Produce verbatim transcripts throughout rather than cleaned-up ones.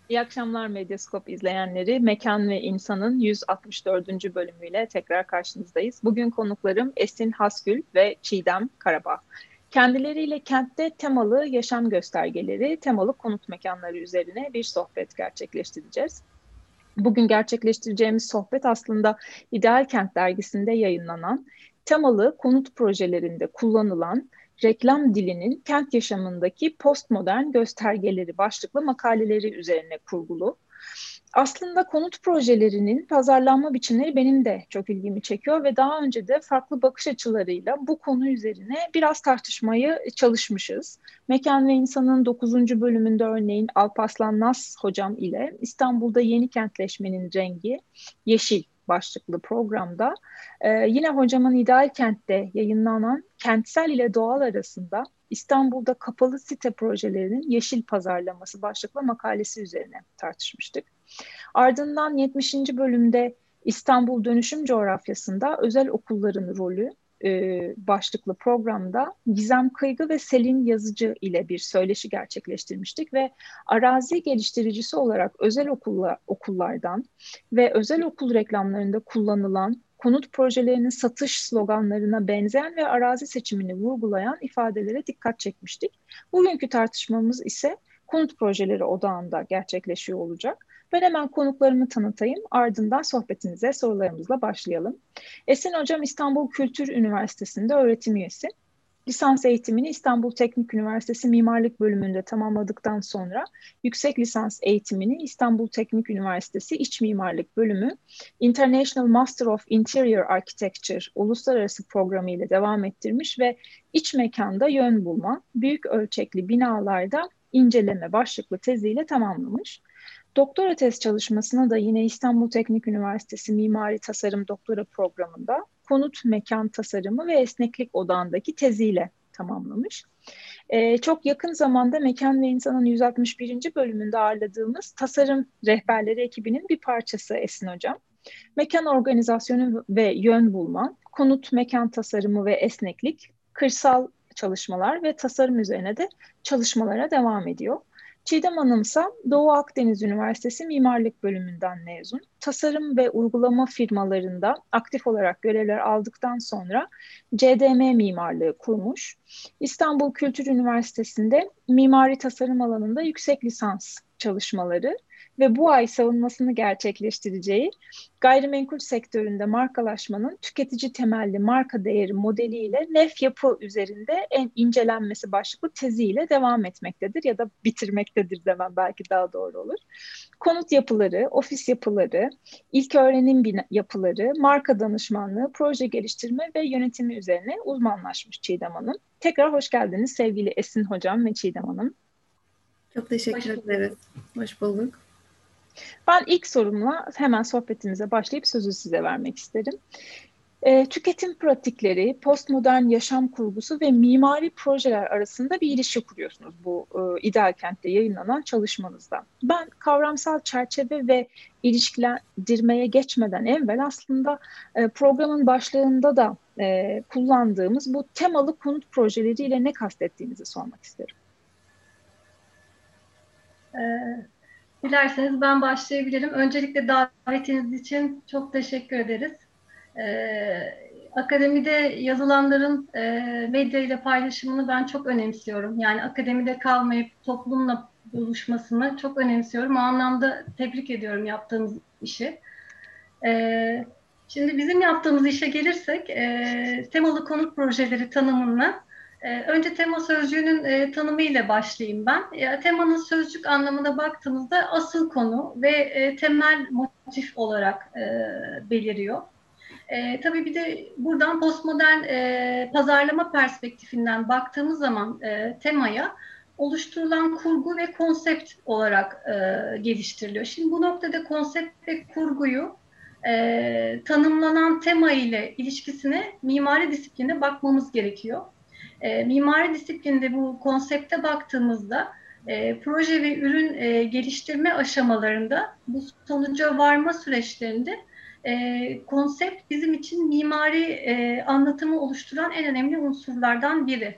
İyi akşamlar Medyaskop izleyenleri. Mekan ve İnsan'ın yüz altmış dördüncü bölümüyle tekrar karşınızdayız. Bugün konuklarım Esin Hasgül ve Çiğdem Karabağ. Kendileriyle kentte temalı yaşam göstergeleri, temalı konut mekanları üzerine bir sohbet gerçekleştireceğiz. Bugün gerçekleştireceğimiz sohbet aslında İdeal Kent dergisinde yayınlanan temalı konut projelerinde kullanılan reklam dilinin kent yaşamındaki postmodern göstergeleri başlıklı makaleleri üzerine kurgulu. Aslında konut projelerinin pazarlanma biçimleri benim de çok ilgimi çekiyor ve daha önce de farklı bakış açılarıyla bu konu üzerine biraz tartışmayı çalışmışız. Mekan ve İnsan'ın dokuzuncu bölümünde örneğin Alparslan Nas hocam ile İstanbul'da yeni kentleşmenin rengi yeşil başlıklı programda e, yine hocamın İdeal Kent'te yayınlanan kentsel ile doğal arasında İstanbul'da kapalı site projelerinin yeşil pazarlaması başlıklı makalesi üzerine tartışmıştık. Ardından yetmişinci bölümde İstanbul Dönüşüm Coğrafyasında özel okulların rolü e, başlıklı programda Gizem Kıygı ve Selin Yazıcı ile bir söyleşi gerçekleştirmiştik ve arazi geliştiricisi olarak özel okulla, okullardan ve özel okul reklamlarında kullanılan konut projelerinin satış sloganlarına benzeyen ve arazi seçimini vurgulayan ifadelere dikkat çekmiştik. Bugünkü tartışmamız ise konut projeleri odağında gerçekleşiyor olacak. Ben hemen konuklarımı tanıtayım, ardından sohbetimize sorularımızla başlayalım. Esin Hocam İstanbul Kültür Üniversitesi'nde öğretim üyesi. Lisans eğitimini İstanbul Teknik Üniversitesi Mimarlık Bölümünde tamamladıktan sonra yüksek lisans eğitimini İstanbul Teknik Üniversitesi İç Mimarlık Bölümü International Master of Interior Architecture uluslararası programı ile devam ettirmiş ve iç mekanda yön bulma, büyük ölçekli binalarda inceleme başlıklı teziyle tamamlamış. Doktora tez çalışmasını da yine İstanbul Teknik Üniversitesi Mimari Tasarım Doktora Programı'nda konut mekan tasarımı ve esneklik odağındaki teziyle tamamlamış. Ee, çok yakın zamanda Mekan ve İnsan'ın yüz altmış birinci bölümünde ağırladığımız tasarım rehberleri ekibinin bir parçası Esin Hocam. Mekan organizasyonu ve yön bulma, konut mekan tasarımı ve esneklik, kırsal çalışmalar ve tasarım üzerine de çalışmalara devam ediyor. Çiğdem Hanım ise Doğu Akdeniz Üniversitesi Mimarlık Bölümünden mezun. Tasarım ve uygulama firmalarında aktif olarak görevler aldıktan sonra C D M mimarlığı kurmuş. İstanbul Kültür Üniversitesi'nde mimari tasarım alanında yüksek lisans çalışmaları ve bu ay savunmasını gerçekleştireceği gayrimenkul sektöründe markalaşmanın tüketici temelli marka değeri modeliyle nef yapı üzerinde en incelenmesi başlıklı teziyle devam etmektedir ya da bitirmektedir demem belki daha doğru olur. Konut yapıları, ofis yapıları, ilk öğrenim yapıları, marka danışmanlığı, proje geliştirme ve yönetimi üzerine uzmanlaşmış Çiğdem Hanım. Tekrar hoş geldiniz sevgili Esin Hocam ve Çiğdem Hanım. Çok teşekkür ederiz. Hoş bulduk. Ben ilk sorumla hemen sohbetimize başlayıp sözü size vermek isterim. E, tüketim pratikleri, postmodern yaşam kurgusu ve mimari projeler arasında bir ilişki kuruyorsunuz bu e, İdeal Kent'te yayınlanan çalışmanızda. Ben kavramsal çerçeve ve ilişkilendirmeye geçmeden evvel aslında e, programın başlığında da e, kullandığımız bu temalı konut projeleriyle ne kastettiğinizi sormak isterim. Ee, dilerseniz ben başlayabilirim. Öncelikle davetiniz için çok teşekkür ederiz. Ee, akademide yazılanların e, medya ile paylaşımını ben çok önemsiyorum. Yani akademide kalmayıp toplumla buluşmasını çok önemsiyorum. O anlamda tebrik ediyorum yaptığımız işi. Ee, şimdi bizim yaptığımız işe gelirsek, e, temalı konut projeleri tanımına e, önce tema sözcüğünün e, tanımıyla başlayayım ben. E, temanın sözcük anlamına baktığımızda asıl konu ve e, temel motif olarak e, beliriyor. E, tabii bir de buradan postmodern e, pazarlama perspektifinden baktığımız zaman e, temaya oluşturulan kurgu ve konsept olarak e, geliştiriliyor. Şimdi bu noktada konsept ve kurguyu e, tanımlanan tema ile ilişkisine mimari disipline bakmamız gerekiyor. E, mimari disiplinde bu konsepte baktığımızda e, proje ve ürün e, geliştirme aşamalarında bu sonuca varma süreçlerinde e, konsept bizim için mimari e, anlatımı oluşturan en önemli unsurlardan biri.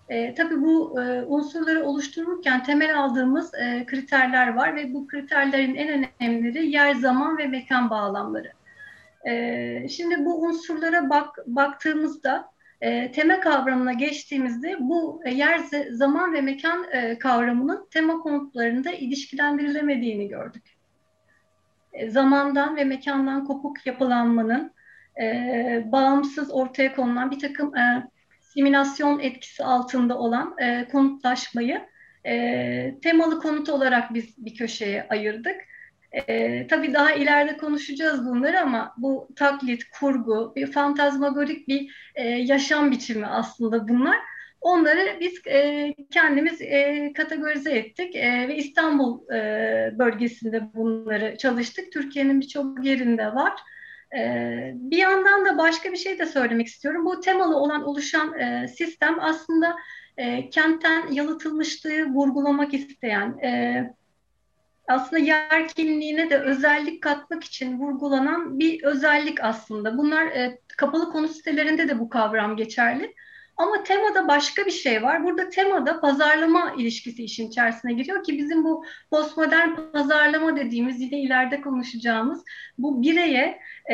E, tabii bu e, unsurları oluştururken temel aldığımız e, kriterler var ve bu kriterlerin en önemlileri yer, zaman ve mekan bağlamları. E, şimdi bu unsurlara bak, baktığımızda e, tema kavramına geçtiğimizde bu e, yer, zaman ve mekan e, kavramının tema konutlarında ilişkilendirilemediğini gördük. E, zamandan ve mekandan kopuk yapılanmanın e, bağımsız ortaya konulan bir takım e, simülasyon etkisi altında olan e, konutlaşmayı e, temalı konut olarak biz bir köşeye ayırdık. E, tabii daha ileride konuşacağız bunları ama bu taklit, kurgu, bir fantazmagorik bir e, yaşam biçimi aslında bunlar. Onları biz e, kendimiz e, kategorize ettik e, ve İstanbul e, bölgesinde bunları çalıştık. Türkiye'nin birçok yerinde var. E, bir yandan da başka bir şey de söylemek istiyorum. Bu temalı olan oluşan e, sistem aslında e, kentten yalıtılmışlığı vurgulamak isteyen, e, aslında yer kimliğine de özellik katmak için vurgulanan bir özellik aslında. Bunlar e, kapalı konu sitelerinde de bu kavram geçerli. Ama temada başka bir şey var. Burada temada pazarlama ilişkisi işin içerisine giriyor ki bizim bu postmodern pazarlama dediğimiz, yine ileride konuşacağımız bu bireye e,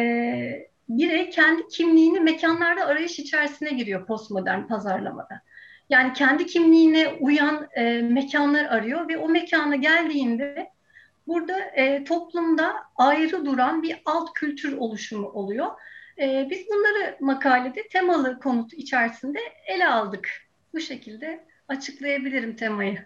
birey kendi kimliğini mekanlarda arayış içerisine giriyor postmodern pazarlamada. Yani kendi kimliğine uyan e, mekanlar arıyor ve o mekana geldiğinde burada e, toplumda ayrı duran bir alt kültür oluşumu oluyor. E, biz bunları makalede temalı konut içerisinde ele aldık. Bu şekilde açıklayabilirim temayı.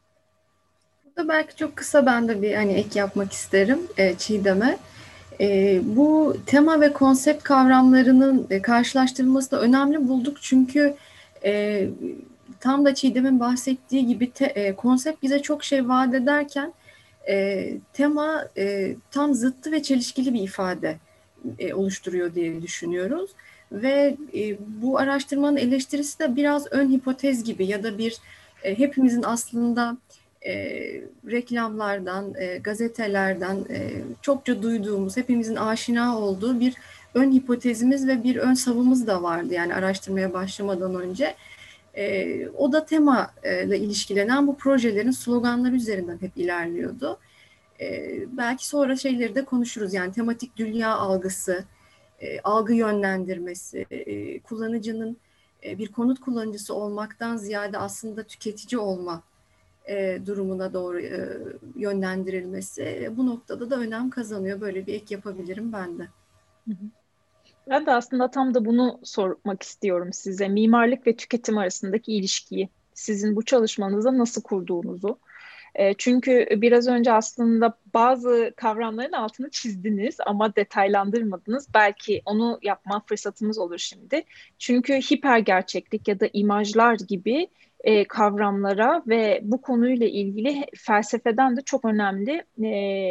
Burada belki çok kısa ben de bir hani ek yapmak isterim e, Çiğdem'e. E, bu tema ve konsept kavramlarının e, karşılaştırılması da önemli bulduk çünkü e, tam da Çiğdem'in bahsettiği gibi te, e, konsept bize çok şey vaat ederken e, tema e, tam zıttı ve çelişkili bir ifade e, oluşturuyor diye düşünüyoruz. Ve e, bu araştırmanın eleştirisi de biraz ön hipotez gibi ya da bir e, hepimizin aslında e, reklamlardan, e, gazetelerden e, çokça duyduğumuz, hepimizin aşina olduğu bir ön hipotezimiz ve bir ön savımız da vardı yani araştırmaya başlamadan önce. E, o da tema ile ilişkilenen bu projelerin sloganları üzerinden hep ilerliyordu. E, belki sonra şeyleri de konuşuruz yani tematik dünya algısı, e, algı yönlendirmesi, e, kullanıcının e, bir konut kullanıcısı olmaktan ziyade aslında tüketici olma e, durumuna doğru e, yönlendirilmesi e, bu noktada da önem kazanıyor. Böyle bir ek yapabilirim ben de. Hı hı. Ben de aslında tam da bunu sormak istiyorum size. Mimarlık ve tüketim arasındaki ilişkiyi, sizin bu çalışmanızda nasıl kurduğunuzu. E, çünkü biraz önce aslında bazı kavramların altını çizdiniz ama detaylandırmadınız. Belki onu yapma fırsatımız olur şimdi. Çünkü hiper gerçeklik ya da imajlar gibi e, kavramlara ve bu konuyla ilgili felsefeden de çok önemli e,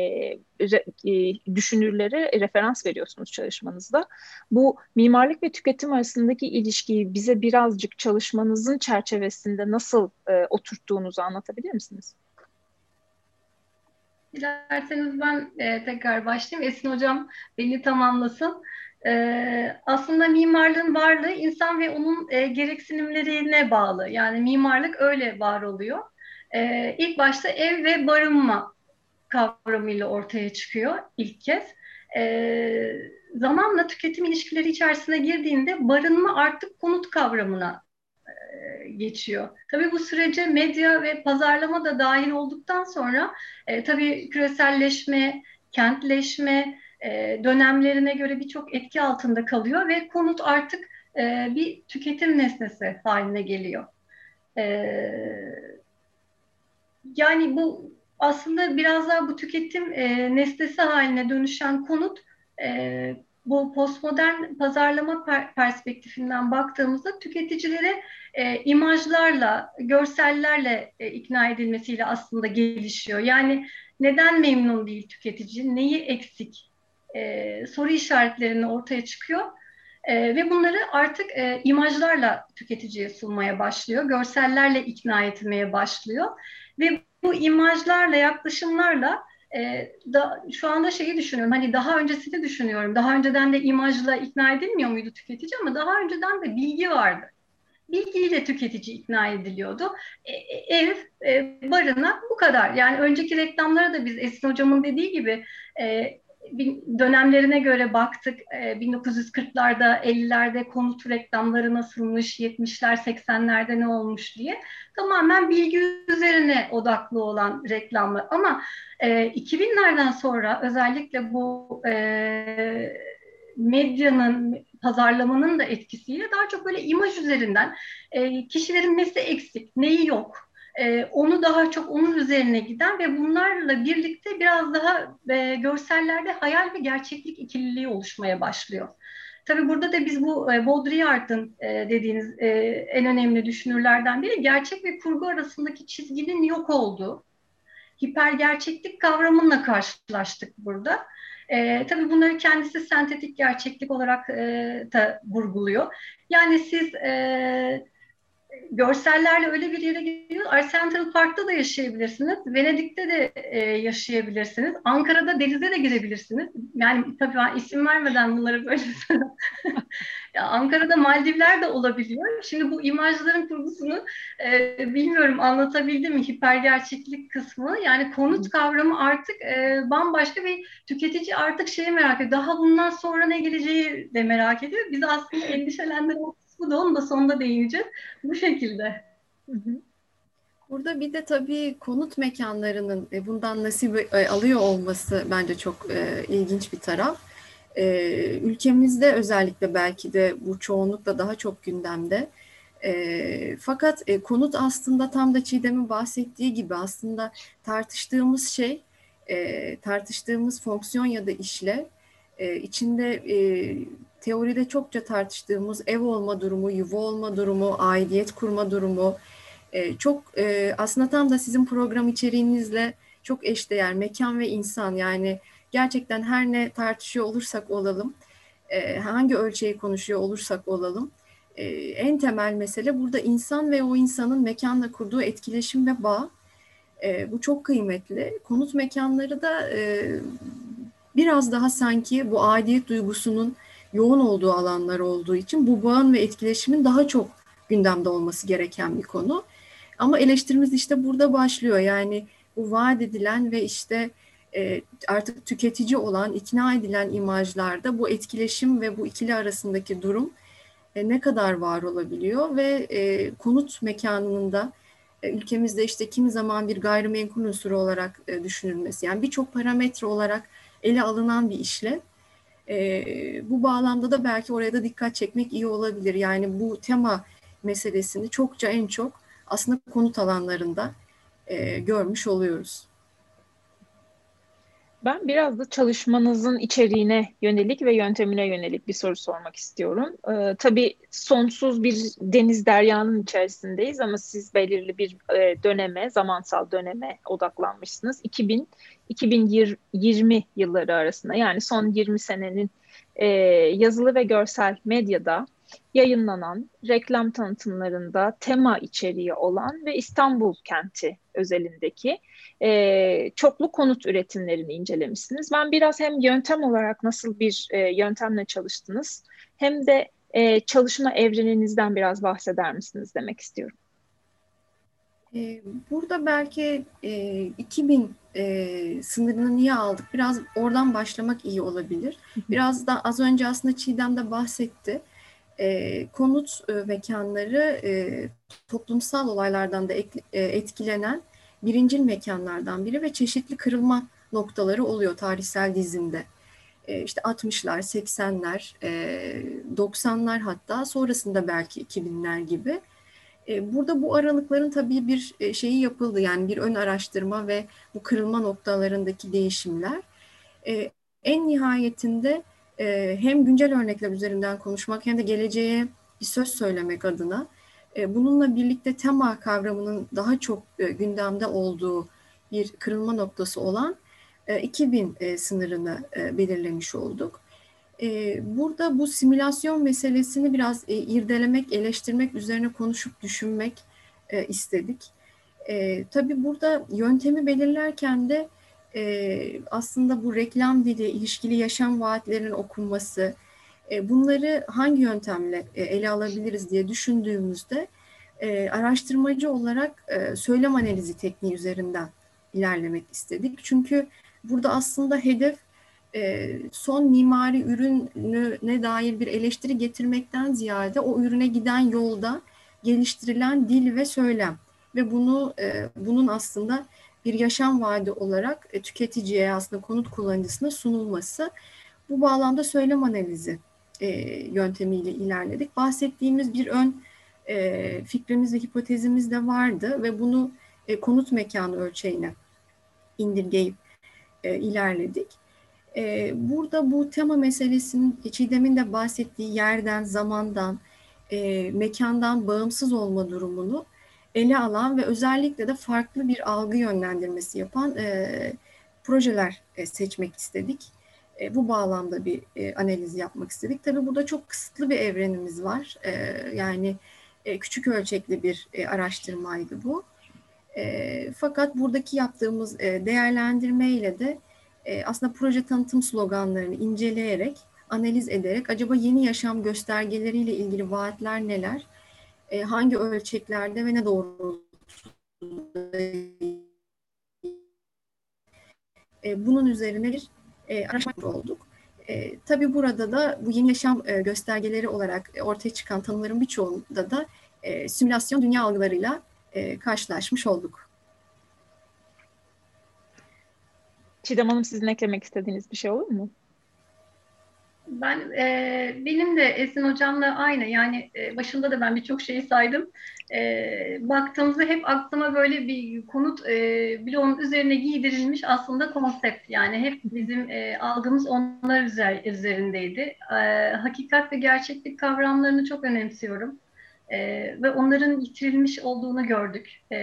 re, e, düşünürlere referans veriyorsunuz çalışmanızda. Bu mimarlık ve tüketim arasındaki ilişkiyi bize birazcık çalışmanızın çerçevesinde nasıl e, oturttuğunuzu anlatabilir misiniz? Dilerseniz ben e, tekrar başlayayım. Esin Hocam beni tamamlasın. E, aslında mimarlığın varlığı insan ve onun e, gereksinimlerine bağlı. Yani mimarlık öyle var oluyor. E, ilk başta ev ve barınma kavramıyla ortaya çıkıyor ilk kez. E, zamanla tüketim ilişkileri içerisine girdiğinde barınma artık konut kavramına geçiyor. Tabii bu sürece medya ve pazarlama da dahil olduktan sonra e, tabii küreselleşme, kentleşme e, dönemlerine göre birçok etki altında kalıyor ve konut artık e, bir tüketim nesnesi haline geliyor. E, yani bu aslında biraz daha bu tüketim e, nesnesi haline dönüşen konut e, bu postmodern pazarlama per- perspektifinden baktığımızda tüketicilere e, imajlarla, görsellerle e, ikna edilmesiyle aslında gelişiyor. Yani neden memnun değil tüketici, neyi eksik e, soru işaretlerini ortaya çıkıyor. E, ve bunları artık e, imajlarla tüketiciye sunmaya başlıyor, görsellerle ikna etmeye başlıyor. Ve bu imajlarla, yaklaşımlarla e, da, şu anda şeyi düşünüyorum, hani daha öncesini düşünüyorum. Daha önceden de imajla ikna edilmiyor muydu tüketici ama daha önceden de bilgi vardı. bilgiyle tüketici ikna ediliyordu. E, ev, e, barınak bu kadar. Yani önceki reklamlara da biz Esin Hocam'ın dediği gibi e, dönemlerine göre baktık. E, bin dokuz yüz kırklarda, ellilerde konut reklamları nasılmış, yetmişler, seksenlerde ne olmuş diye. Tamamen bilgi üzerine odaklı olan reklamlar. Ama e, iki binlerden sonra özellikle bu e, medyanın, pazarlamanın da etkisiyle daha çok böyle imaj üzerinden e, kişilerin nesi eksik, neyi yok, e, onu daha çok onun üzerine giden ve bunlarla birlikte biraz daha e, görsellerde hayal ve gerçeklik ikililiği oluşmaya başlıyor. Tabii burada da biz bu e, Baudrillard'ın e, dediğiniz e, en önemli düşünürlerden biri gerçek ve kurgu arasındaki çizginin yok olduğu, hipergerçeklik kavramıyla karşılaştık burada. E, tabii bunları kendisi sentetik gerçeklik olarak e, da vurguluyor. Yani siz e, görsellerle öyle bir yere gidiyorsunuz. Central Park'ta da yaşayabilirsiniz. Venedik'te de e, yaşayabilirsiniz. Ankara'da denize de girebilirsiniz. Yani tabii ben isim vermeden bunları böyle ya Ankara'da Maldivler de olabiliyor. Şimdi bu imajların kurgusunu e, bilmiyorum anlatabildim mi hipergerçeklik kısmı. Yani konut kavramı artık e, bambaşka bir tüketici artık şeyi merak ediyor. Daha bundan sonra ne geleceği de merak ediyor. Bizi aslında endişelendiren kısmı da onu da sonunda değineceğiz. Bu şekilde. Hı hı. Burada bir de tabii konut mekanlarının bundan nasip alıyor olması bence çok ilginç bir taraf. Ülkemizde özellikle belki de bu çoğunlukla daha çok gündemde. Fakat konut aslında tam da Çiğdem'in bahsettiği gibi aslında tartıştığımız şey, tartıştığımız fonksiyon ya da işlev, içinde teoride çokça tartıştığımız ev olma durumu, yuva olma durumu, aidiyet kurma durumu, Ee, çok e, aslında tam da sizin program içeriğinizle çok eşdeğer mekan ve insan, yani gerçekten her ne tartışıyor olursak olalım, e, hangi ölçeği konuşuyor olursak olalım, e, en temel mesele burada insan ve o insanın mekanla kurduğu etkileşim ve bağ. E, bu çok kıymetli. Konut mekanları da e, biraz daha sanki bu aidiyet duygusunun yoğun olduğu alanlar olduğu için bu bağın ve etkileşimin daha çok gündemde olması gereken bir konu. Ama eleştirimiz işte burada başlıyor. Yani bu vaat edilen ve işte e, artık tüketici olan, ikna edilen imajlarda bu etkileşim ve bu ikili arasındaki durum e, ne kadar var olabiliyor ve e, konut mekanının da e, ülkemizde işte kimi zaman bir gayrimenkul unsuru olarak e, düşünülmesi, yani birçok parametre olarak ele alınan bir işlev. E, bu bağlamda da belki oraya da dikkat çekmek iyi olabilir. Yani bu tema meselesini çokça en çok aslında konut alanlarında e, görmüş oluyoruz. Ben biraz da çalışmanızın içeriğine yönelik ve yöntemine yönelik bir soru sormak istiyorum. Ee, tabii sonsuz bir deniz deryanın içerisindeyiz ama siz belirli bir e, döneme, zamansal döneme odaklanmışsınız. iki bin iki bin yirmi yılları arasında, yani son yirmi senenin e, yazılı ve görsel medyada yayınlanan reklam tanıtımlarında tema içeriği olan ve İstanbul kenti özelindeki e, çoklu konut üretimlerini incelemişsiniz. Ben biraz hem yöntem olarak nasıl bir e, yöntemle çalıştınız, hem de e, çalışma evreninizden biraz bahseder misiniz demek istiyorum. Burada belki e, iki bin e, sınırını niye aldık? Biraz oradan başlamak iyi olabilir. Biraz da az önce aslında Çiğdem de bahsetti. E, konut e, mekanları e, toplumsal olaylardan da et, e, etkilenen birincil mekanlardan biri ve çeşitli kırılma noktaları oluyor tarihsel dizinde. E, işte altmışlar, seksenler, e, doksanlar, hatta sonrasında belki iki binler gibi. Burada bu aralıkların tabii bir şeyi yapıldı, yani bir ön araştırma ve bu kırılma noktalarındaki değişimler. En nihayetinde hem güncel örnekler üzerinden konuşmak hem de geleceğe bir söz söylemek adına bununla birlikte tema kavramının daha çok gündemde olduğu bir kırılma noktası olan iki bin sınırını belirlemiş olduk. Burada bu simülasyon meselesini biraz irdelemek, eleştirmek, üzerine konuşup düşünmek istedik. Tabii burada yöntemi belirlerken de aslında bu reklam dili, ilişkili yaşam vaatlerinin okunması, E, bunları hangi yöntemle e, ele alabiliriz diye düşündüğümüzde e, araştırmacı olarak e, söylem analizi tekniği üzerinden ilerlemek istedik. Çünkü burada aslında hedef e, son mimari ürüne dair bir eleştiri getirmekten ziyade o ürüne giden yolda geliştirilen dil ve söylem ve bunu e, bunun aslında bir yaşam vaadi olarak e, tüketiciye, aslında konut kullanıcısına sunulması. Bu bağlamda söylem analizi e, yöntemiyle ilerledik. Bahsettiğimiz bir ön e, fikrimiz ve hipotezimiz de vardı ve bunu e, konut mekanı ölçeğine indirgeyip e, ilerledik. E, burada bu tema meselesinin Çiğdem'in de bahsettiği yerden, zamandan, e, mekandan bağımsız olma durumunu ele alan ve özellikle de farklı bir algı yönlendirmesi yapan e, projeler e, seçmek istedik. E, bu bağlamda bir e, analiz yapmak istedik. Tabii burada çok kısıtlı bir evrenimiz var. E, yani e, küçük ölçekli bir e, araştırmaydı bu. E, fakat buradaki yaptığımız e, değerlendirme ile de e, aslında proje tanıtım sloganlarını inceleyerek, analiz ederek acaba yeni yaşam göstergeleriyle ilgili vaatler neler, e, hangi ölçeklerde ve ne doğrultuda e, bunun üzerine bir e, araştırma olduk. E, tabii burada da bu yeni yaşam e, göstergeleri olarak ortaya çıkan tanımların birçoğunda da e, simülasyon dünya algılarıyla e, karşılaşmış olduk. Çiğdem Hanım, sizin eklemek istediğiniz bir şey olur mu? Ben e, benim de Esin hocamla aynı, yani e, başında da ben birçok şeyi saydım. E, baktığımızda hep aklıma böyle bir konut e, bloğun üzerine giydirilmiş aslında konsept, yani hep bizim e, algımız onlar üzer, üzerindeydi. E, hakikat ve gerçeklik kavramlarını çok önemsiyorum. E, ve onların yitirilmiş olduğunu gördük. E,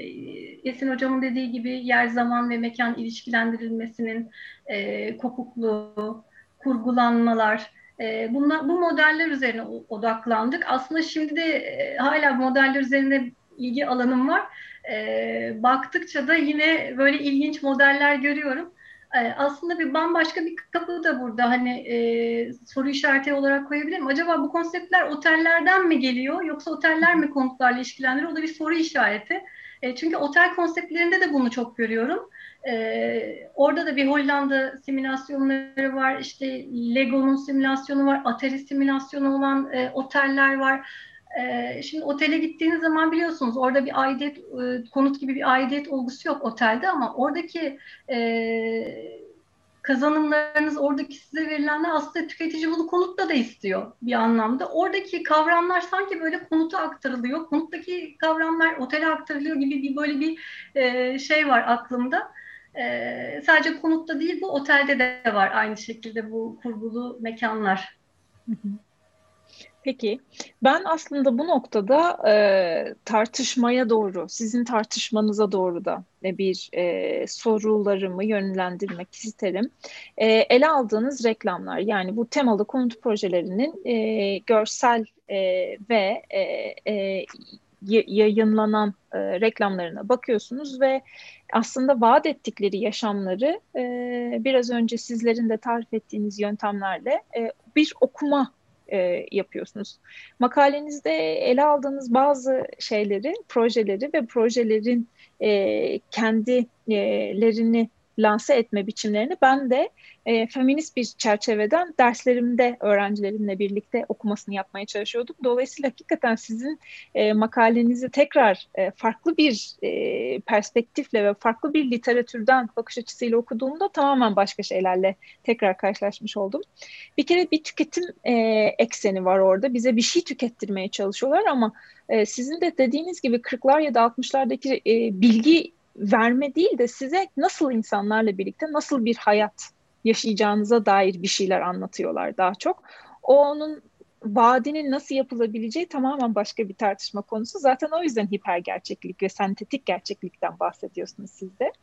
Esin hocamın dediği gibi yer, zaman ve mekan ilişkilendirilmesinin e, kopukluğu, kurgulanmalar, e, bunlar, bu modeller üzerine odaklandık. Aslında şimdi de e, hala modeller üzerine ilgi alanım var. E, baktıkça da yine böyle ilginç modeller görüyorum. E, aslında bir bambaşka bir kapı da burada, hani e, soru işareti olarak koyabilirim. Acaba bu konseptler otellerden mi geliyor, yoksa oteller mi konutlarla ilişkilendiriyor? O da bir soru işareti. E, çünkü otel konseptlerinde de bunu çok görüyorum. Ee, orada da bir Hollanda simülasyonları var, işte Lego'nun simülasyonu var, Atari simülasyonu olan e, oteller var. E, şimdi otele gittiğiniz zaman biliyorsunuz orada bir aidiyet, e, konut gibi bir aidiyet olgusu yok otelde, ama oradaki e, kazanımlarınız, oradaki size verilenler aslında tüketici bunu konutta da istiyor bir anlamda. Oradaki kavramlar sanki böyle konuta aktarılıyor, konuttaki kavramlar otele aktarılıyor gibi bir böyle bir e, şey var aklımda. Ee, sadece konutta değil, bu otelde de var aynı şekilde bu kurgulu mekanlar. Hı hı. Peki, ben aslında bu noktada e, tartışmaya doğru, sizin tartışmanıza doğru da bir e, sorularımı yönlendirmek isterim. E, ele aldığınız reklamlar, yani bu temalı konut projelerinin e, görsel e, ve e, e, yayınlanan e, reklamlarına bakıyorsunuz ve aslında vaat ettikleri yaşamları e, biraz önce sizlerin de tarif ettiğiniz yöntemlerle e, bir okuma e, yapıyorsunuz. Makalenizde ele aldığınız bazı şeyleri, projeleri ve projelerin e, kendilerini lanse etme biçimlerini ben de e, feminist bir çerçeveden derslerimde öğrencilerimle birlikte okumasını yapmaya çalışıyordum. Dolayısıyla hakikaten sizin e, makalenizi tekrar e, farklı bir e, perspektifle ve farklı bir literatürden bakış açısıyla okuduğumda tamamen başka şeylerle tekrar karşılaşmış oldum. Bir kere bir tüketim e, ekseni var orada. Bize bir şey tükettirmeye çalışıyorlar ama e, sizin de dediğiniz gibi kırklar ya da altmışlardaki e, bilgi verme değil de size nasıl insanlarla birlikte nasıl bir hayat yaşayacağınıza dair bir şeyler anlatıyorlar daha çok. O onun vaadinin nasıl yapılabileceği tamamen başka bir tartışma konusu. Zaten o yüzden hiper gerçeklik ve sentetik gerçeklikten bahsediyorsunuz siz de.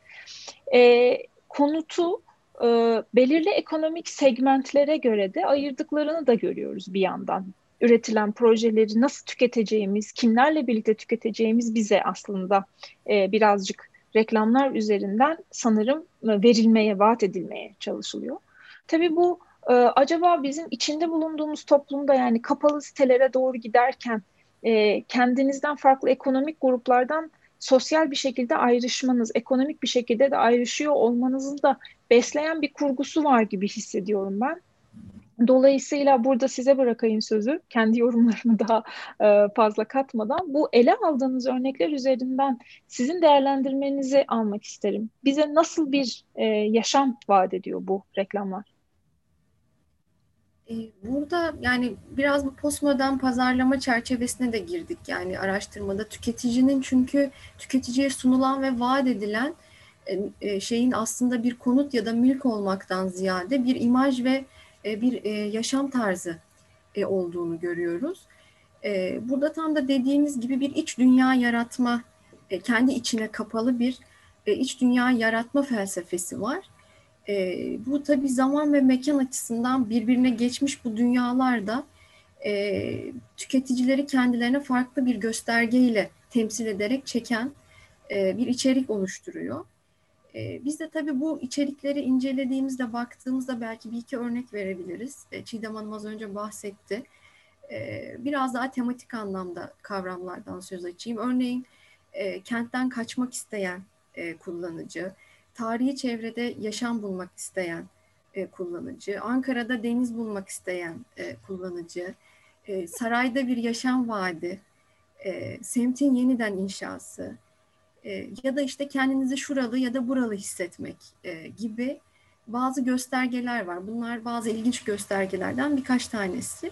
E, konutu e, belirli ekonomik segmentlere göre de ayırdıklarını da görüyoruz bir yandan. Üretilen projeleri nasıl tüketeceğimiz, kimlerle birlikte tüketeceğimiz bize aslında e, birazcık reklamlar üzerinden sanırım verilmeye, vaat edilmeye çalışılıyor. Tabii bu Ee, acaba bizim içinde bulunduğumuz toplumda, yani kapalı sitelere doğru giderken e, kendinizden farklı ekonomik gruplardan sosyal bir şekilde ayrışmanız, ekonomik bir şekilde de ayrışıyor olmanızın da besleyen bir kurgusu var gibi hissediyorum ben. Dolayısıyla burada size bırakayım sözü, kendi yorumlarımı daha e, fazla katmadan. Bu ele aldığınız örnekler üzerinden sizin değerlendirmenizi almak isterim. Bize nasıl bir e, yaşam vaat ediyor bu reklamlar? E, Burada yani biraz bu postmodern pazarlama çerçevesine de girdik. Yani araştırmada tüketicinin, çünkü tüketiciye sunulan ve vaat edilen e, e, şeyin aslında bir konut ya da mülk olmaktan ziyade bir imaj ve e, bir e, yaşam tarzı e, olduğunu görüyoruz. E, Burada tam da dediğiniz gibi bir iç dünya yaratma, e, kendi içine kapalı bir e, iç dünya yaratma felsefesi var. E, bu tabii zaman ve mekan açısından birbirine geçmiş bu dünyalarda e, tüketicileri kendilerine farklı bir göstergeyle temsil ederek çeken e, bir içerik oluşturuyor. E, biz de tabii bu içerikleri incelediğimizde, baktığımızda belki bir iki örnek verebiliriz. E, Çiğdem Hanım az önce bahsetti. E, biraz daha tematik anlamda kavramlardan söz açayım. Örneğin e, kentten kaçmak isteyen e, kullanıcı, tarihi çevrede yaşam bulmak isteyen e, kullanıcı, Ankara'da deniz bulmak isteyen e, kullanıcı, e, sarayda bir yaşam vaadi, e, semtin yeniden inşası e, ya da işte kendinizi şuralı ya da buralı hissetmek e, gibi bazı göstergeler var. Bunlar bazı ilginç göstergelerden birkaç tanesi.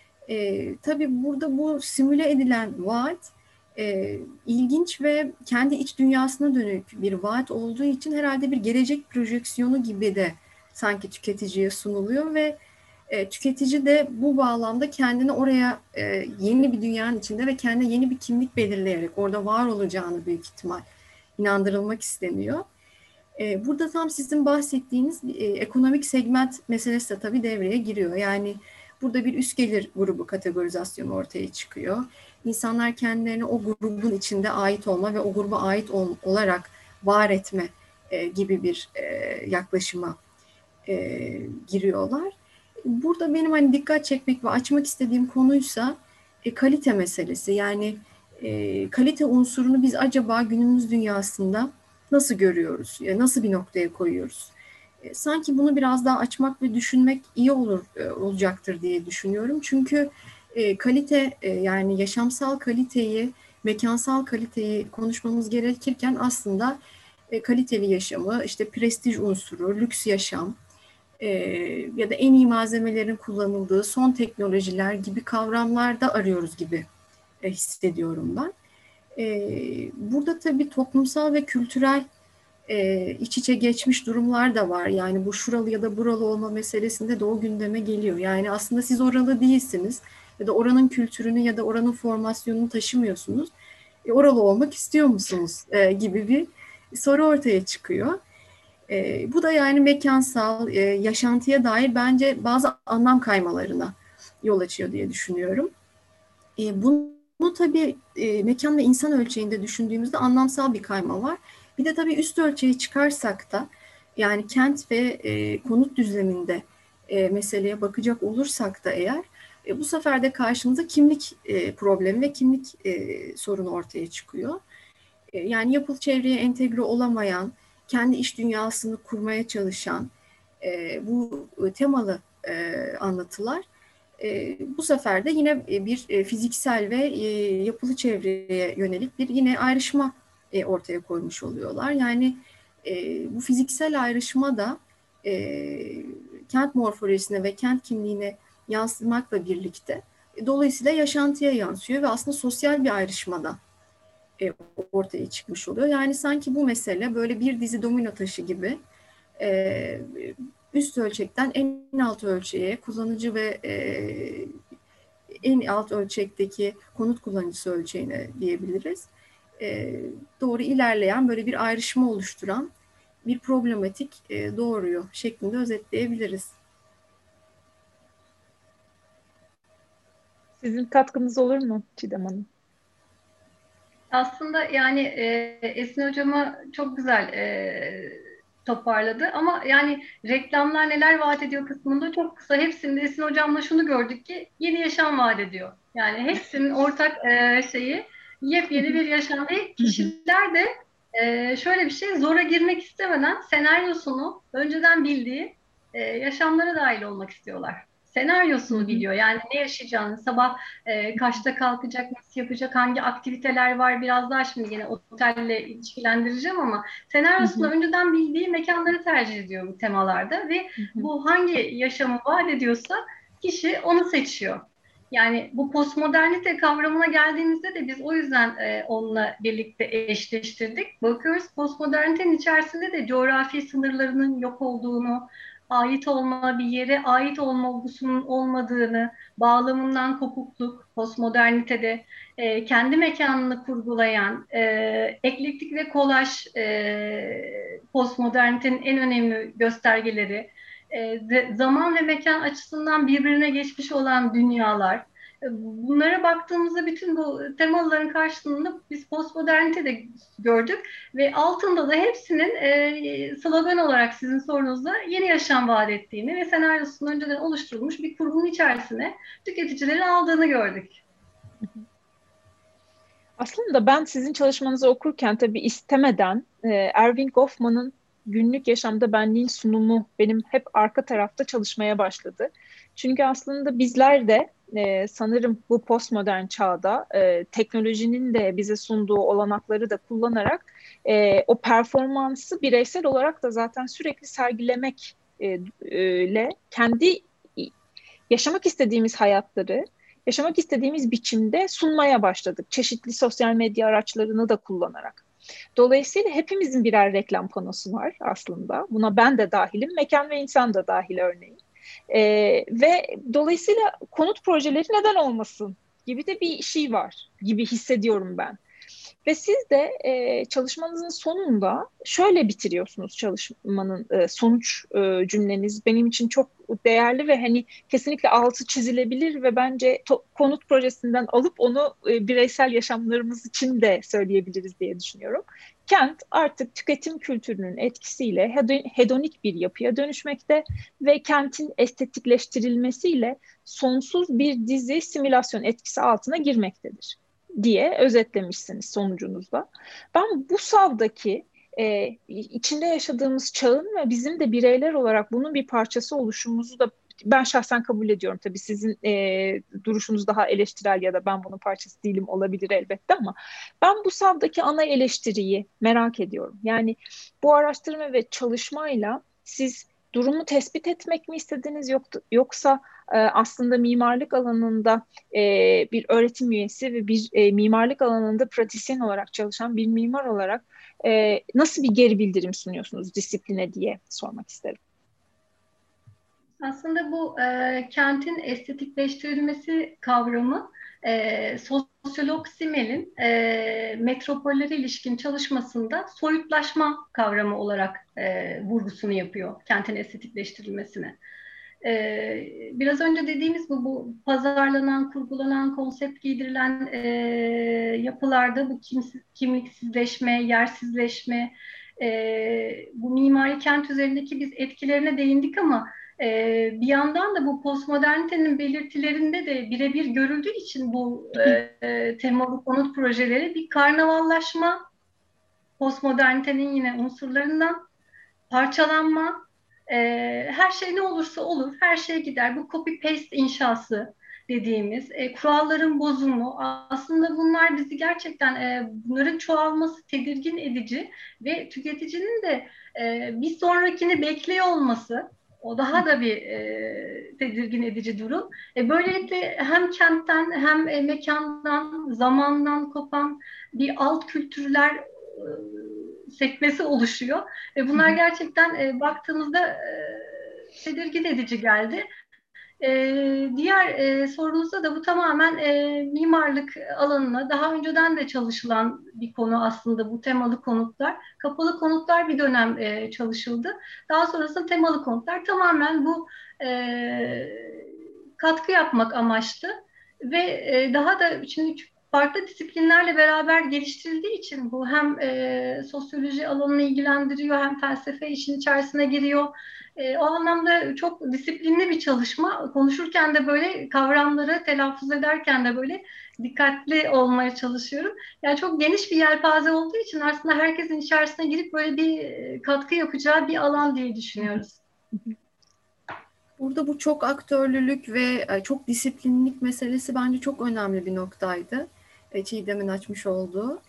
E, tabii burada bu simüle edilen vaat e, ilginç ve kendi iç dünyasına dönük bir vaat olduğu için herhalde bir gelecek projeksiyonu gibi de sanki tüketiciye sunuluyor ve e, tüketici de bu bağlamda kendini oraya e, yeni bir dünyanın içinde ve kendine yeni bir kimlik belirleyerek orada var olacağını büyük ihtimal inandırılmak isteniyor. E, burada tam sizin bahsettiğiniz e, ekonomik segment meselesi de tabii devreye giriyor. Yani burada bir üst gelir grubu kategorizasyonu ortaya çıkıyor. İnsanlar kendilerini o grubun içinde ait olma ve o gruba ait ol, olarak var etme e, gibi bir e, yaklaşıma e, giriyorlar. Burada benim hani dikkat çekmek ve açmak istediğim konuysa e, kalite meselesi. Yani e, kalite unsurunu biz acaba günümüz dünyasında nasıl görüyoruz? Ya nasıl bir noktaya koyuyoruz? E, sanki bunu biraz daha açmak ve düşünmek iyi olur e, olacaktır diye düşünüyorum. Çünkü e, kalite e, yani yaşamsal kaliteyi, mekansal kaliteyi konuşmamız gerekirken aslında e, kaliteli yaşamı, işte prestij unsuru, lüks yaşam, e, ya da en iyi malzemelerin kullanıldığı son teknolojiler gibi kavramlarda arıyoruz gibi e, hissediyorum ben. E, burada tabii toplumsal ve kültürel e, iç içe geçmiş durumlar da var. Yani bu şuralı ya da buralı olma meselesinde de o gündeme geliyor. Yani aslında siz oralı değilsiniz ya da oranın kültürünü ya da oranın formasyonunu taşımıyorsunuz. E, oralı olmak istiyor musunuz e, gibi bir soru ortaya çıkıyor. E, bu da yani mekansal, e, yaşantıya dair bence bazı anlam kaymalarına yol açıyor diye düşünüyorum. E, bunu tabii e, mekan ve insan ölçeğinde düşündüğümüzde anlamsal bir kayma var. Bir de tabii üst ölçeği çıkarsak da yani kent ve e, konut düzleminde e, meseleye bakacak olursak da eğer e, bu sefer de karşımıza kimlik e, problemi ve kimlik e, sorunu ortaya çıkıyor. E, yani yapılı çevreye entegre olamayan, kendi iş dünyasını kurmaya çalışan e, bu temalı e, anlatılar e, bu sefer de yine bir e, fiziksel ve e, yapılı çevreye yönelik bir yine ayrışma e, ortaya koymuş oluyorlar. Yani e, bu fiziksel ayrışma da e, kent morfolojisine ve kent kimliğine yansımakla birlikte e, dolayısıyla yaşantıya yansıyor ve aslında sosyal bir ayrışmada e, ortaya çıkmış oluyor. Yani sanki bu mesele böyle bir dizi domino taşı gibi e, üst ölçekten en alt ölçeğe kullanıcı ve e, en alt ölçekteki konut kullanıcısı ölçeğine diyebiliriz. E, doğru ilerleyen böyle bir ayrışma oluşturan bir problematik e, doğuruyor şeklinde özetleyebiliriz. Sizin katkınız olur mu Çiğdem Hanım? Aslında yani e, Esin hocama çok güzel e, toparladı. Ama yani reklamlar neler vaat ediyor kısmında çok kısa. Hepsinde Esin Hocam'la şunu gördük ki yeni yaşam vaat ediyor. Yani hepsinin ortak e, şeyi yepyeni bir yaşam ve kişiler de e, şöyle bir şey, zora girmek istemeden senaryosunu önceden bildiği e, yaşamlara dahil olmak istiyorlar. Senaryosunu biliyor. Yani ne yaşayacağını, sabah e, kaçta kalkacak, nasıl yapacak, hangi aktiviteler var, biraz daha şimdi yine otelle ilişkilendireceğim ama senaryosunu önceden bildiği mekanları tercih ediyor bu temalarda ve bu hangi yaşamı vaat ediyorsa kişi onu seçiyor. Yani bu postmodernite kavramına geldiğimizde de biz o yüzden e, onunla birlikte eşleştirdik. Bakıyoruz postmodernitenin içerisinde de coğrafi sınırlarının yok olduğunu, ait olma, bir yere ait olma olgusunun olmadığını, bağlamından kopukluk, postmodernitede e, kendi mekanını kurgulayan, e, eklektik ve kolaj e, postmodernitenin en önemli göstergeleri, e, zaman ve mekan açısından birbirine geçmiş olan dünyalar. E, Bunlara baktığımızda bütün bu temaların karşılığında biz postmodernite de gördük ve altında da hepsinin e, slogan olarak sizin sorunuzda yeni yaşam vaat ettiğini ve senaryosunun önceden oluşturulmuş bir kurgunun içerisine tüketicilerin aldığını gördük. Aslında ben sizin çalışmanızı okurken tabii istemeden e, Erving Goffman'ın Günlük Yaşamda Benliğin sunumu benim hep arka tarafta çalışmaya başladı. Çünkü aslında bizler de e, sanırım bu postmodern çağda e, teknolojinin de bize sunduğu olanakları da kullanarak e, o performansı bireysel olarak da zaten sürekli sergilemek e, e, ile kendi yaşamak istediğimiz hayatları yaşamak istediğimiz biçimde sunmaya başladık. Çeşitli sosyal medya araçlarını da kullanarak. Dolayısıyla hepimizin birer reklam panosu var aslında. Buna ben de dahilim, mekan ve insan da dahil örneğin. Ee, ve dolayısıyla konut projeleri neden olmasın gibi de bir şey var gibi hissediyorum ben. Ve siz de e, çalışmanızın sonunda şöyle bitiriyorsunuz çalışmanın e, sonuç e, cümleniz benim için çok değerli ve hani kesinlikle altı çizilebilir ve bence to- konut projesinden alıp onu e, bireysel yaşamlarımız için de söyleyebiliriz diye düşünüyorum. Kent artık tüketim kültürünün etkisiyle hedon- hedonik bir yapıya dönüşmekte ve kentin estetikleştirilmesiyle sonsuz bir dizi simülasyon etkisi altına girmektedir diye özetlemişsiniz sonucunuzda. Ben bu savdaki e, içinde yaşadığımız çağın ve bizim de bireyler olarak bunun bir parçası oluşumuzu da ben şahsen kabul ediyorum. Tabii sizin e, duruşunuz daha eleştirel ya da ben bunun parçası değilim olabilir elbette ama ben bu savdaki ana eleştiriyi merak ediyorum. Yani bu araştırma ve çalışmayla siz durumu tespit etmek mi istediniz yoksa e, aslında mimarlık alanında e, bir öğretim üyesi ve bir e, mimarlık alanında pratisyen olarak çalışan bir mimar olarak e, nasıl bir geri bildirim sunuyorsunuz disipline diye sormak isterim. Aslında bu e, kentin estetikleştirilmesi kavramı e, sosyolog Simel'in e, metropollere ilişkin çalışmasında soyutlaşma kavramı olarak e, vurgusunu yapıyor kentin estetikleştirilmesine. Ee, biraz önce dediğimiz bu, bu pazarlanan, kurgulanan, konsept giydirilen e, yapılarda bu kimsiz, kimliksizleşme, yersizleşme, e, bu mimari kent üzerindeki biz etkilerine değindik ama e, bir yandan da bu postmodernitenin belirtilerinde de birebir görüldüğü için bu e, e, temalı konut projeleri bir karnavallaşma, postmodernitenin yine unsurlarından parçalanma, e, her şey ne olursa olur, her şey gider. Bu copy paste inşası dediğimiz e, kuralların bozumu aslında bunlar bizi gerçekten e, bunların çoğalması tedirgin edici ve tüketicinin de e, bir sonrakini bekliyor olması o daha da bir e, tedirgin edici durum. E, böylelikle hem kentten hem e, mekandan, zamandan kopan bir alt kültürler e, sekmesi oluşuyor. Ve bunlar gerçekten e, baktığımızda e, tedirgin edici geldi. E, diğer e, sorunuzda da bu tamamen e, mimarlık alanına daha önceden de çalışılan bir konu aslında bu temalı konutlar. Kapalı konutlar bir dönem e, çalışıldı. Daha sonrasında temalı konutlar tamamen bu e, katkı yapmak amaçlı ve e, daha da şimdi farklı disiplinlerle beraber geliştirildiği için bu hem e, sosyoloji alanını ilgilendiriyor hem felsefe işin içerisine giriyor. E, o anlamda çok disiplinli bir çalışma. Konuşurken de böyle kavramları telaffuz ederken de böyle dikkatli olmaya çalışıyorum. Yani çok geniş bir yelpaze olduğu için aslında herkesin içerisine girip böyle bir e, katkı yapacağı bir alan diye düşünüyoruz. Burada bu çok aktörlülük ve e, çok disiplinlik meselesi bence çok önemli bir noktaydı. E, Çiğdem'in açmış olduğu.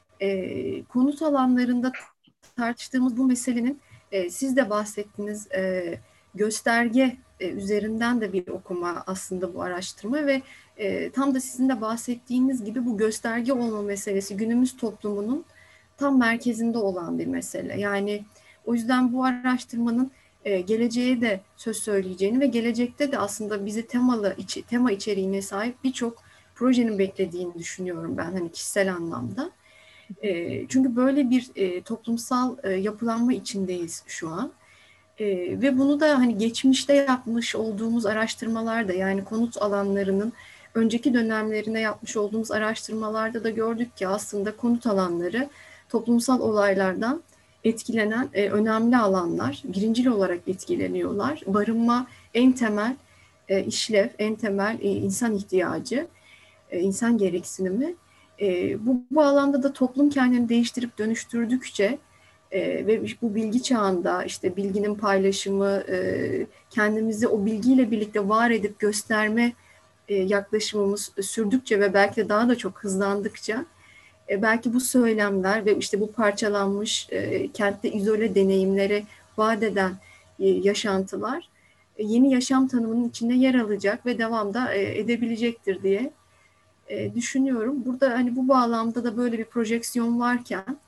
E, konut alanlarında tartıştığımız bu meselenin e, siz de bahsettiniz e, gösterge e, üzerinden de bir okuma aslında bu araştırma ve e, tam da sizin de bahsettiğiniz gibi bu gösterge olma meselesi günümüz toplumunun tam merkezinde olan bir mesele. Yani o yüzden bu araştırmanın e, geleceğe de söz söyleyeceğini ve gelecekte de aslında bizi temalı içi, tema içeriğine sahip birçok projenin beklediğini düşünüyorum ben hani kişisel anlamda. E, çünkü böyle bir e, toplumsal e, yapılanma içindeyiz şu an. E, ve bunu da hani geçmişte yapmış olduğumuz araştırmalarda yani konut alanlarının önceki dönemlerine yapmış olduğumuz araştırmalarda da gördük ki aslında konut alanları toplumsal olaylardan etkilenen e, önemli alanlar, birincil olarak etkileniyorlar. Barınma en temel e, işlev, en temel e, insan ihtiyacı, e, insan gereksinimi. E, bu, bu alanda da toplum kendini değiştirip dönüştürdükçe e, ve bu bilgi çağında işte bilginin paylaşımı, e, kendimizi o bilgiyle birlikte var edip gösterme e, yaklaşımımız sürdükçe ve belki de daha da çok hızlandıkça e, belki bu söylemler ve işte bu parçalanmış e, kentte izole deneyimleri vaat eden e, yaşantılar e, yeni yaşam tanımının içinde yer alacak ve devamda e, edebilecektir diye e, düşünüyorum. Burada hani bu bağlamda da böyle bir projeksiyon varken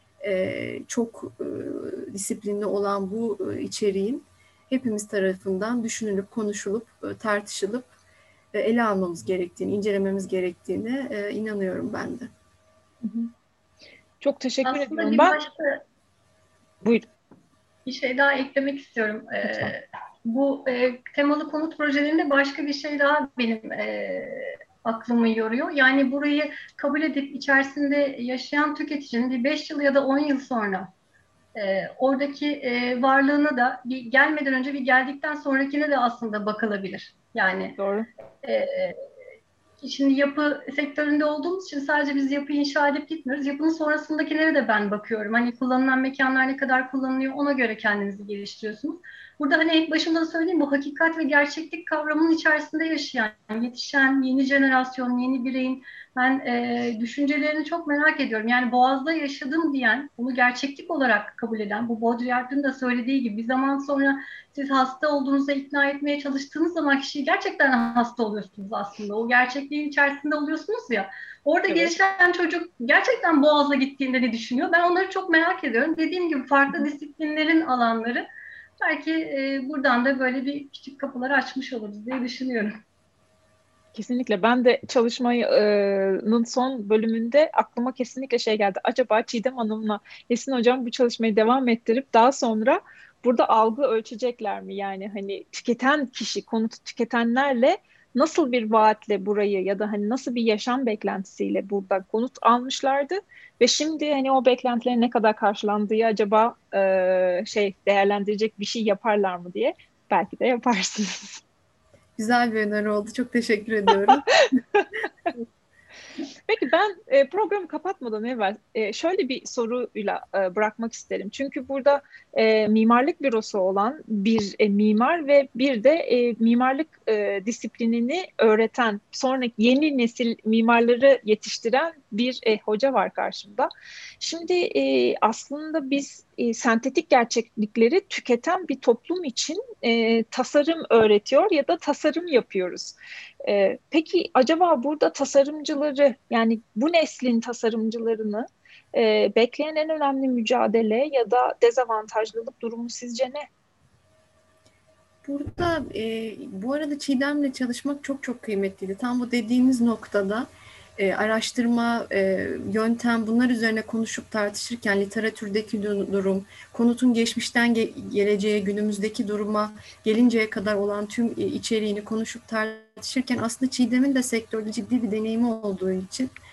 e, çok e, disiplinli olan bu e, içeriğin hepimiz tarafından düşünülüp, konuşulup, e, tartışılıp e, ele almamız gerektiğini, incelememiz gerektiğine e, inanıyorum ben de. Hı hı. Çok teşekkür Aslında ediyorum. bir Ben başka buyurun bir şey daha eklemek istiyorum. lütfen. Ee, bu e, temalı konut projelerinde başka bir şey daha benim e, aklımı yoruyor. Yani burayı kabul edip içerisinde yaşayan tüketicinin bir beş yıl ya da on yıl sonra e, oradaki e, varlığını da bir gelmeden önce bir geldikten sonrakine de aslında bakılabilir. Yani Doğru. e, Şimdi yapı sektöründe olduğumuz için sadece biz yapı inşa edip gitmiyoruz. Yapının sonrasındakilere de ben bakıyorum. Hani kullanılan mekanlar ne kadar kullanılıyor ona göre kendinizi geliştiriyorsunuz. Burada hani ilk başında da söyleyeyim bu hakikat ve gerçeklik kavramının içerisinde yaşayan, yetişen yeni jenerasyon, yeni bireyin ben e, düşüncelerini çok merak ediyorum. Yani Boğaz'da yaşadım diyen, bunu gerçeklik olarak kabul eden, bu Baudrillard'ın da söylediği gibi bir zaman sonra siz hasta olduğunuzda ikna etmeye çalıştığınız zaman kişiyi gerçekten hasta oluyorsunuz aslında. O gerçekliğin içerisinde oluyorsunuz ya. Orada Evet. gelişen çocuk gerçekten Boğaz'a gittiğinde ne düşünüyor? Ben onları çok merak ediyorum. Dediğim gibi farklı disiplinlerin alanları. Belki e, buradan da böyle bir küçük kapılar açmış oluruz diye düşünüyorum. Kesinlikle. Ben de çalışmanın son bölümünde aklıma kesinlikle şey geldi. Acaba Çiğdem Hanım'la Esin Hocam bu çalışmayı devam ettirip daha sonra burada algı ölçecekler mi? Yani hani tüketen kişi, konutu tüketenlerle nasıl bir vaatle burayı ya da hani nasıl bir yaşam beklentisiyle burada konut almışlardı ve şimdi hani o beklentilerin ne kadar karşılandığı acaba e, şey değerlendirecek bir şey yaparlar mı diye belki de yaparsınız. Güzel bir öneri oldu. Çok teşekkür ediyorum. Peki ben e, programı kapatmadan evvel e, şöyle bir soruyla e, bırakmak isterim. Çünkü burada e, mimarlık bürosu olan bir e, mimar ve bir de e, mimarlık e, disiplinini öğreten, sonraki yeni nesil mimarları yetiştiren bir e, hoca var karşımda. Şimdi e, aslında biz e, sentetik gerçeklikleri tüketen bir toplum için e, tasarım öğretiyor ya da tasarım yapıyoruz. Ee, peki acaba burada tasarımcıları yani bu neslin tasarımcılarını e, bekleyen en önemli mücadele ya da dezavantajlılık durumu sizce ne? Burada e, bu arada Çiğdem'le çalışmak çok çok kıymetliydi. Tam bu dediğiniz noktada e, araştırma, e, yöntem bunlar üzerine konuşup tartışırken literatürdeki durum, konutun geçmişten ge geleceğe, günümüzdeki duruma gelinceye kadar olan tüm e, içeriğini konuşup tartışırken aslında Çiğdem'in de sektörde ciddi bir deneyimi olduğu için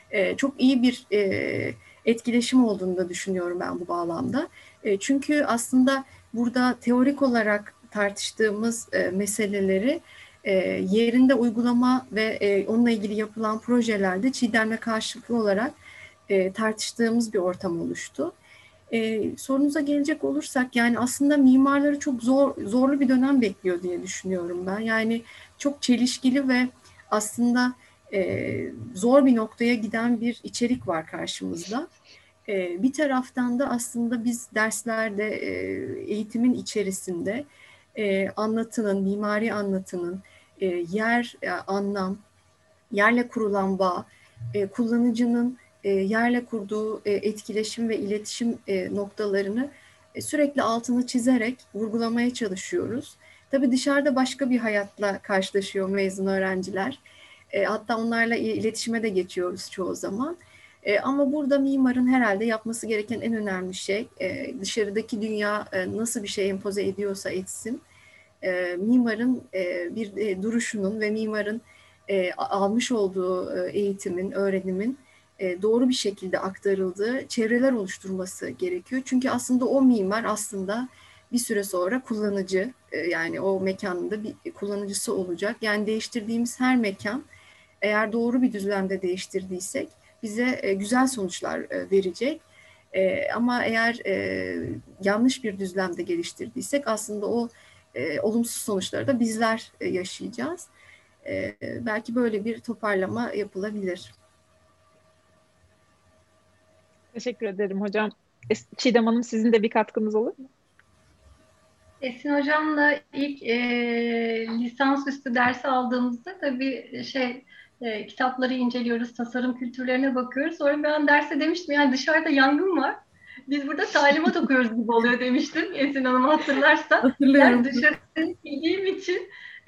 E, çok iyi bir e, etkileşim olduğunu da düşünüyorum ben bu bağlamda. E, çünkü aslında burada teorik olarak tartıştığımız e, meseleleri e, yerinde uygulama ve e, onunla ilgili yapılan projelerde Çiğdem'le karşılıklı olarak e, tartıştığımız bir ortam oluştu. E, sorunuza gelecek olursak, yani aslında mimarları çok zor zorlu bir dönem bekliyor diye düşünüyorum ben. Yani çok çelişkili ve aslında e, zor bir noktaya giden bir içerik var karşımızda. E, bir taraftan da aslında biz derslerde, e, eğitimin içerisinde e, anlatının, mimari anlatının, e, yer, e, anlam, yerle kurulan bağ, e, kullanıcının e, yerle kurduğu e, etkileşim ve iletişim e, noktalarını e, sürekli altını çizerek vurgulamaya çalışıyoruz. Tabii dışarıda başka bir hayatla karşılaşıyor mezun öğrenciler. E, hatta onlarla iletişime de geçiyoruz çoğu zaman. E, ama burada mimarın herhalde yapması gereken en önemli şey, e, dışarıdaki dünya e, nasıl bir şey empoze ediyorsa etsin, e, mimarın e, bir e, duruşunun ve mimarın e, almış olduğu e, eğitimin, öğrenimin e, doğru bir şekilde aktarıldığı çevreler oluşturması gerekiyor. Çünkü aslında o mimar aslında bir süre sonra kullanıcı, e, yani o mekanın da bir kullanıcısı olacak. Yani değiştirdiğimiz her mekan, eğer doğru bir düzlemde değiştirdiysek bize e, güzel sonuçlar e, verecek. E, ama eğer e, yanlış bir düzlemde geliştirdiysek aslında o e, olumsuz sonuçları da bizler e, yaşayacağız. E, belki böyle bir toparlama yapılabilir. Teşekkür ederim hocam. Es- Çiğdem Hanım, sizin de bir katkınız olur mu? Esin Hocam'la ilk e, lisansüstü dersi aldığımızda tabii şey e, kitapları inceliyoruz, tasarım kültürlerine bakıyoruz. Sonra ben derste demiştim yani dışarıda yangın var. Biz burada talimat okuyoruz gibi oluyor demiştim Esin Hanım hatırlarsa. Yani Hatırlıyorum. dışarıda bildiğim için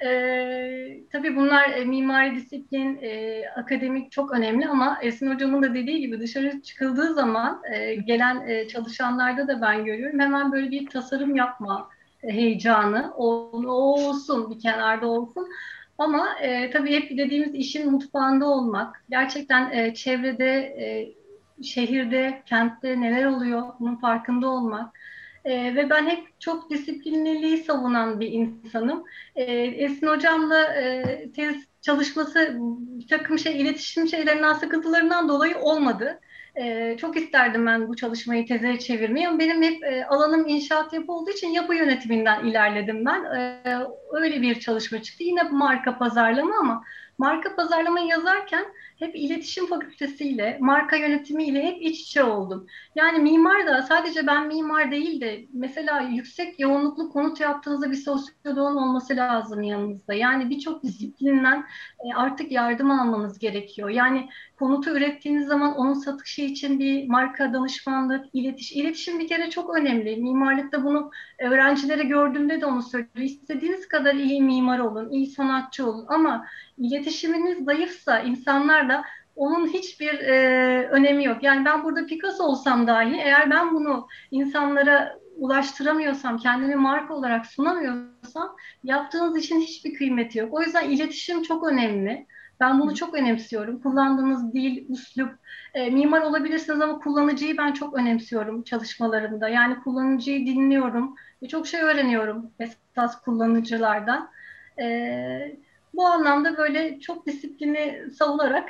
e, tabii bunlar e, mimari disiplin, e, akademik çok önemli ama Esin Hocam'ın da dediği gibi dışarı çıkıldığı zaman e, gelen e, çalışanlarda da ben görüyorum hemen böyle bir tasarım yapma heyecanı o, o olsun bir kenarda olsun ama e, tabii hep dediğimiz işin mutfağında olmak gerçekten e, çevrede e, şehirde kentte neler oluyor bunun farkında olmak e, ve ben hep çok disiplinliliği savunan bir insanım. E, Esin hocamla e, tez çalışması bir takım şey iletişim şeylerinden sıkıntılarından dolayı olmadı. Ee, çok isterdim ben bu çalışmayı teze çevirmeyi ama benim hep e, alanım inşaat yapı olduğu için yapı yönetiminden ilerledim ben. Ee, öyle bir çalışma çıktı. Yine marka pazarlama ama marka pazarlamayı yazarken hep iletişim fakültesiyle, marka yönetimiyle hep iç içe oldum. Yani mimar da sadece ben mimar değil de mesela yüksek yoğunluklu konut yaptığınızda bir sosyoloğun olması lazım yanınızda. Yani birçok disiplinden e, artık yardım almanız gerekiyor. Yani konutu ürettiğiniz zaman onun satışı için bir marka danışmanlık, iletiş, iletişim bir kere çok önemli. Mimarlıkta bunu öğrencilere gördüğümde de onu söylüyor. İstediğiniz kadar iyi mimar olun, iyi sanatçı olun ama iletişiminiz zayıfsa insanlarla onun hiçbir e, önemi yok. Yani ben burada Picasso olsam dahi eğer ben bunu insanlara ulaştıramıyorsam, kendimi marka olarak sunamıyorsam yaptığınız işin hiçbir kıymeti yok. O yüzden iletişim çok önemli. Ben bunu çok önemsiyorum. Kullandığınız dil, üslup, e, mimar olabilirsiniz ama kullanıcıyı ben çok önemsiyorum çalışmalarımda. Yani kullanıcıyı dinliyorum ve çok şey öğreniyorum esas kullanıcılardan. E, bu anlamda böyle çok disiplini savunarak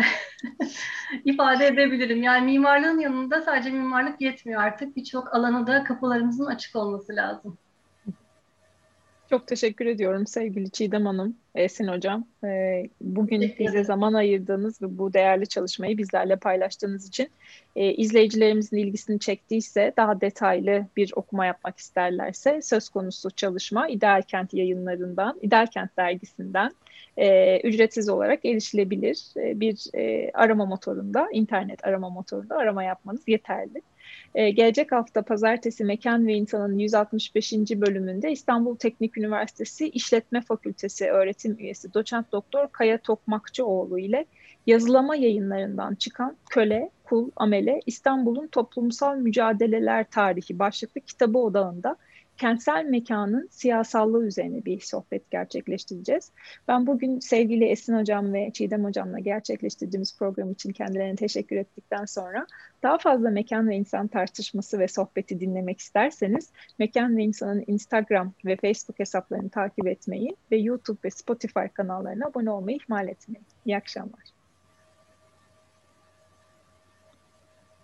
ifade edebilirim. Yani mimarlığın yanında sadece mimarlık yetmiyor artık. Birçok alana da kapılarımızın açık olması lazım. Çok teşekkür ediyorum sevgili Çiğdem Hanım, Esin Hocam. Ee, bugün Teşekkür bize ederim. zaman ayırdığınız ve bu değerli çalışmayı bizlerle paylaştığınız için e, izleyicilerimizin ilgisini çektiyse, daha detaylı bir okuma yapmak isterlerse söz konusu çalışma İdeal Kent yayınlarından, İdeal Kent dergisinden e, ücretsiz olarak erişilebilir. E, bir e, arama motorunda, internet arama motorunda arama yapmanız yeterli. Ee, gelecek hafta Pazartesi Mekan ve İnsan'ın yüz altmış beşinci bölümünde İstanbul Teknik Üniversitesi İşletme Fakültesi öğretim üyesi Doçent Doktor Kaya Tokmakçıoğlu ile yazılama yayınlarından çıkan Köle, Kul, Amele İstanbul'un Toplumsal Mücadeleler Tarihi başlıklı kitabı odağında kentsel mekanın siyasallığı üzerine bir sohbet gerçekleştireceğiz. Ben bugün sevgili Esin Hocam ve Çiğdem Hocam'la gerçekleştirdiğimiz program için kendilerine teşekkür ettikten sonra daha fazla mekan ve insan tartışması ve sohbeti dinlemek isterseniz Mekan ve İnsan'ın Instagram ve Facebook hesaplarını takip etmeyi ve YouTube ve Spotify kanallarına abone olmayı ihmal etmeyin. İyi akşamlar.